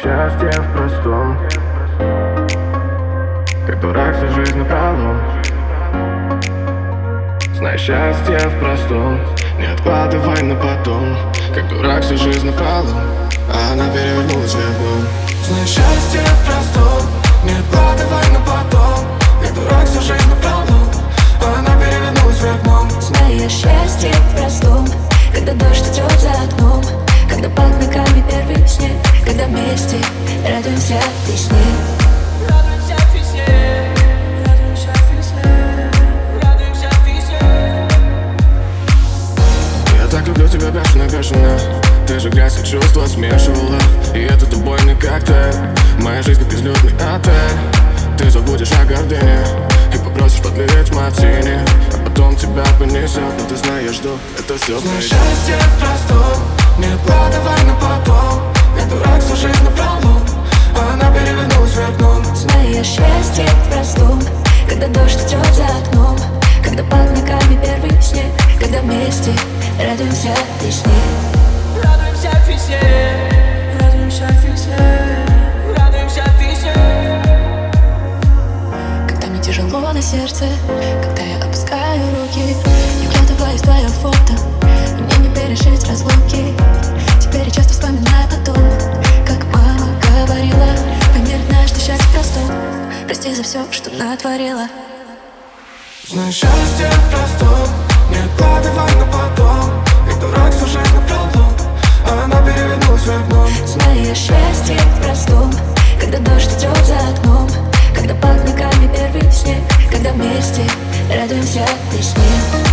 счастье в простом, как дурак всю жизнь напролом. Знай счастье в простом, не откладывай на потом, как дурак всю жизнь напролом, а она перевернулась вверх дном. Знай счастье в простом, не откладывай на потом, как дурак всю жизнь напролом, а она перевернулась вверх дном. Знаю я счастье в простом, когда дождь идет за окном, когда под ногами первый снег, когда вместе радуемся весне. Радуемся весне, радуемся весне, радуемся весне. Я так люблю тебя бешено, ты же грязь и чувства смешивала, и этот убойный коктейль, моя жизнь как безлюдный отель. Ты забудешь о гордыне и попросишь подлить мартини, а потом тебя понесет, но ты знаешь, я жду, это все Знай пройдет. счастье в простом, не откладывай на потом, как дурак всю жизнь напролом, а она перевернулась вверх дном. Знаю я счастье в простом, когда дождь идет за окном, когда под ногами первый снег, когда вместе радуемся весне. Радуемся весне, радуемся весне, радуемся весне. Когда мне тяжело на сердце, когда я опускаю руки, я вкладываюсь в твое фото, и мне не пережить разлуки. Теперь я часто вспоминаю о том, как мама говорила: пойми однажды счастье простом, прости за все, что натворила. Знай счастье в простом, не откладывай на потом, как дурак всю жизнь напролом, а она перевернулась вверх дном. Знаю я счастье в простом, когда дождь идет за окном, когда под ногами первый снег, когда вместе радуемся весне.